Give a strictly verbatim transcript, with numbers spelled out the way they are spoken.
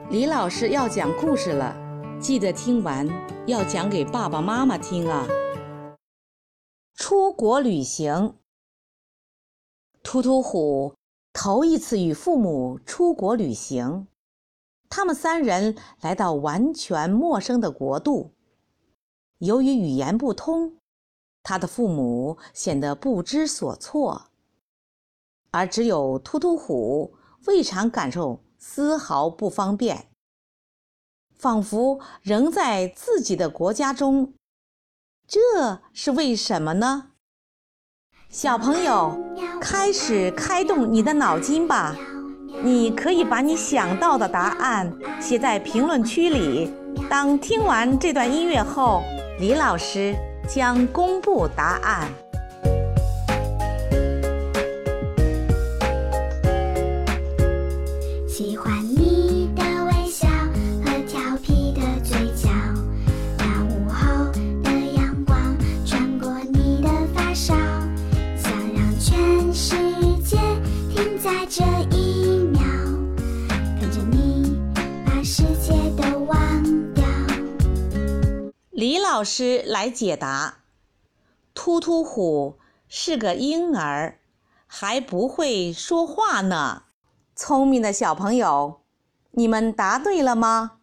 李老师要讲故事了，记得听完要讲给爸爸妈妈听啊。出国旅行。突突虎头一次与父母出国旅行，他们三人来到完全陌生的国度。由于语言不通，他的父母显得不知所措，而只有突突虎未尝感受丝毫不方便，仿佛仍在自己的国家中。这是为什么呢？小朋友，开始开动你的脑筋吧。你可以把你想到的答案写在评论区里。当听完这段音乐后，李老师将公布答案。 喜欢你的微笑和调皮的嘴角，那午后的阳光穿过你的发梢，想让全世界停在这一秒，跟着你把世界都忘掉。 李老师来解答。突突虎是个婴儿，还不会说话呢。聪明的小朋友，你们答对了吗？